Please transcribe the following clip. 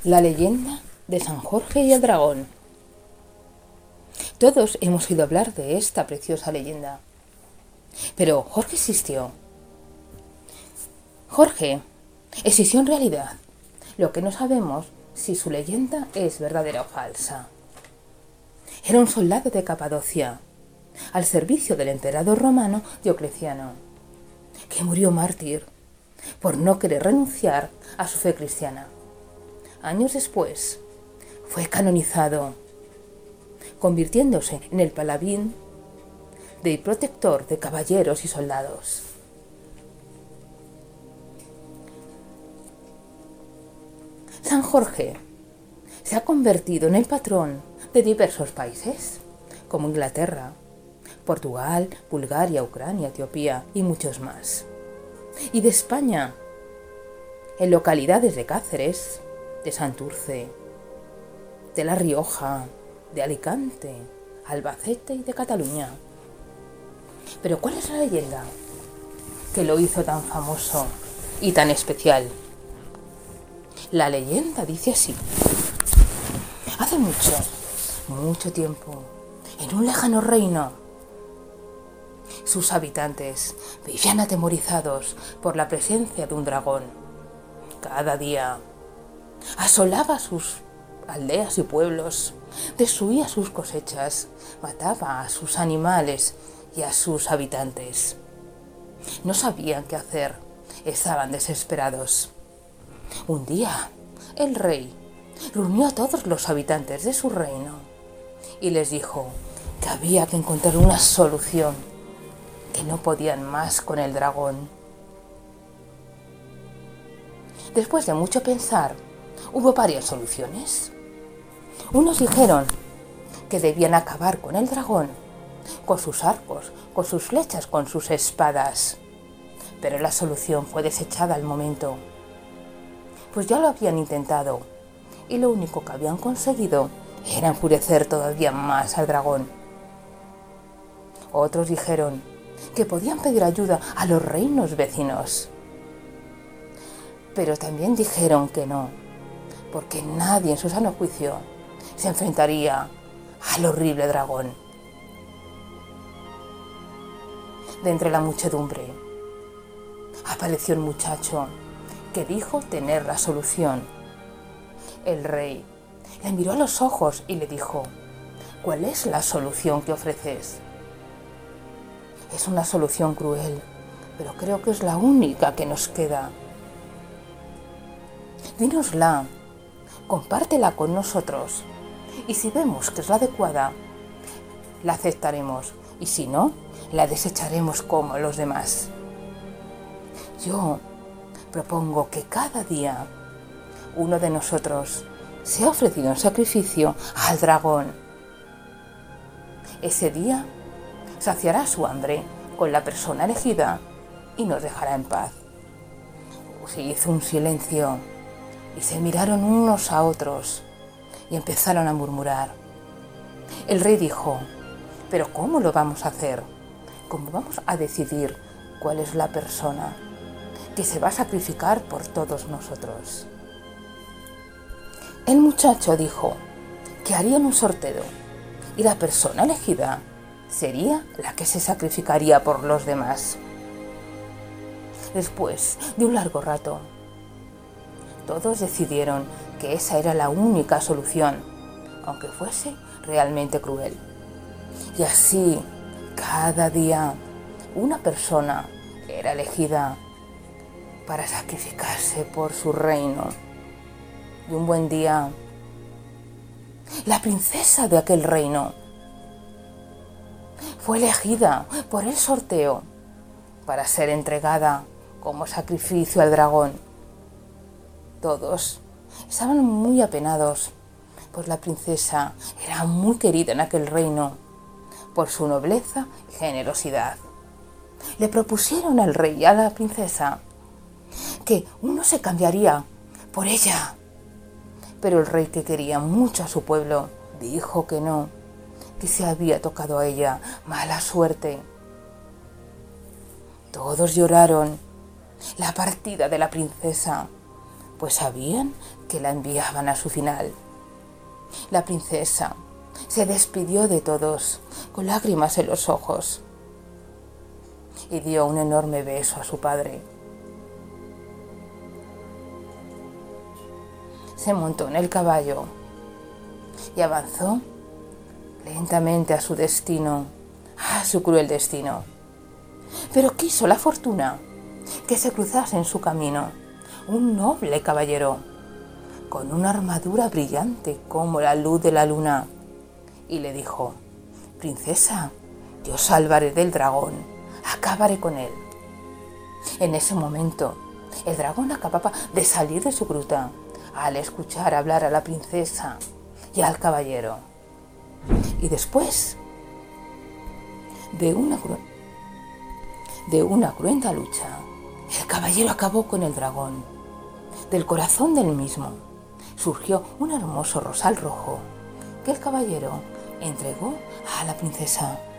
La leyenda de San Jorge y el dragón. Todos hemos oído hablar de esta preciosa leyenda. Pero ¿Jorge existió? Jorge existió en realidad. Lo que no sabemos si su leyenda es verdadera o falsa. Era un soldado de Capadocia, al servicio del emperador romano Diocleciano, que murió mártir por no querer renunciar a su fe cristiana. Años después, fue canonizado, convirtiéndose en el paladín del protector de caballeros y soldados. San Jorge se ha convertido en el patrón de diversos países, como Inglaterra, Portugal, Bulgaria, Ucrania, Etiopía y muchos más. Y de España, en localidades de Cáceres, de Santurce, de La Rioja, de Alicante, Albacete y de Cataluña. Pero ¿cuál es la leyenda que lo hizo tan famoso y tan especial? La leyenda dice así: hace mucho tiempo, en un lejano reino, sus habitantes vivían atemorizados por la presencia de un dragón. Cada día asolaba sus aldeas y pueblos, destruía sus cosechas, mataba a sus animales y a sus habitantes. No sabían qué hacer, estaban desesperados. Un día, el rey reunió a todos los habitantes de su reino y les dijo que había que encontrar una solución, que no podían más con el dragón. Después de mucho pensar, hubo varias soluciones. Unos dijeron que debían acabar con el dragón, con sus arcos, con sus flechas, con sus espadas. Pero la solución fue desechada al momento, pues ya lo habían intentado y lo único que habían conseguido era enfurecer todavía más al dragón. Otros dijeron que podían pedir ayuda a los reinos vecinos, pero también dijeron que no, porque nadie en su sano juicio se enfrentaría al horrible dragón. De entre la muchedumbre apareció un muchacho que dijo tener la solución. El rey le miró a los ojos y le dijo: ¿cuál es la solución que ofreces? Es una solución cruel, pero creo que es la única que nos queda. Dínosla, compártela con nosotros, y si vemos que es la adecuada, la aceptaremos, y si no, la desecharemos como los demás. Yo propongo que cada día uno de nosotros sea ofrecido en sacrificio al dragón. Ese día saciará su hambre con la persona elegida y nos dejará en paz. Se hizo un silencio y se miraron unos a otros y empezaron a murmurar. El rey dijo: ¿pero cómo lo vamos a hacer? ¿Cómo vamos a decidir cuál es la persona que se va a sacrificar por todos nosotros? El muchacho dijo que harían un sorteo y la persona elegida sería la que se sacrificaría por los demás. Después de un largo rato, todos decidieron que esa era la única solución, aunque fuese realmente cruel. Y así, cada día, una persona era elegida para sacrificarse por su reino. Y un buen día, la princesa de aquel reino fue elegida por el sorteo para ser entregada como sacrificio al dragón. Todos estaban muy apenados, pues la princesa era muy querida en aquel reino por su nobleza y generosidad. Le propusieron al rey y a la princesa que uno se cambiaría por ella, pero el rey, que quería mucho a su pueblo, dijo que no, que se había tocado a ella mala suerte. Todos lloraron la partida de la princesa, pues sabían que la enviaban a su final. La princesa se despidió de todos con lágrimas en los ojos y dio un enorme beso a su padre. Se montó en el caballo y avanzó lentamente a su destino, a su cruel destino. Pero quiso la fortuna que se cruzase en su camino un noble caballero con una armadura brillante como la luz de la luna, y le dijo: princesa, yo salvaré del dragón, acabaré con él. En ese momento, el dragón acababa de salir de su gruta al escuchar hablar a la princesa y al caballero. Y después de una cruenta lucha, el caballero acabó con el dragón. Del corazón del mismo surgió un hermoso rosal rojo que el caballero entregó a la princesa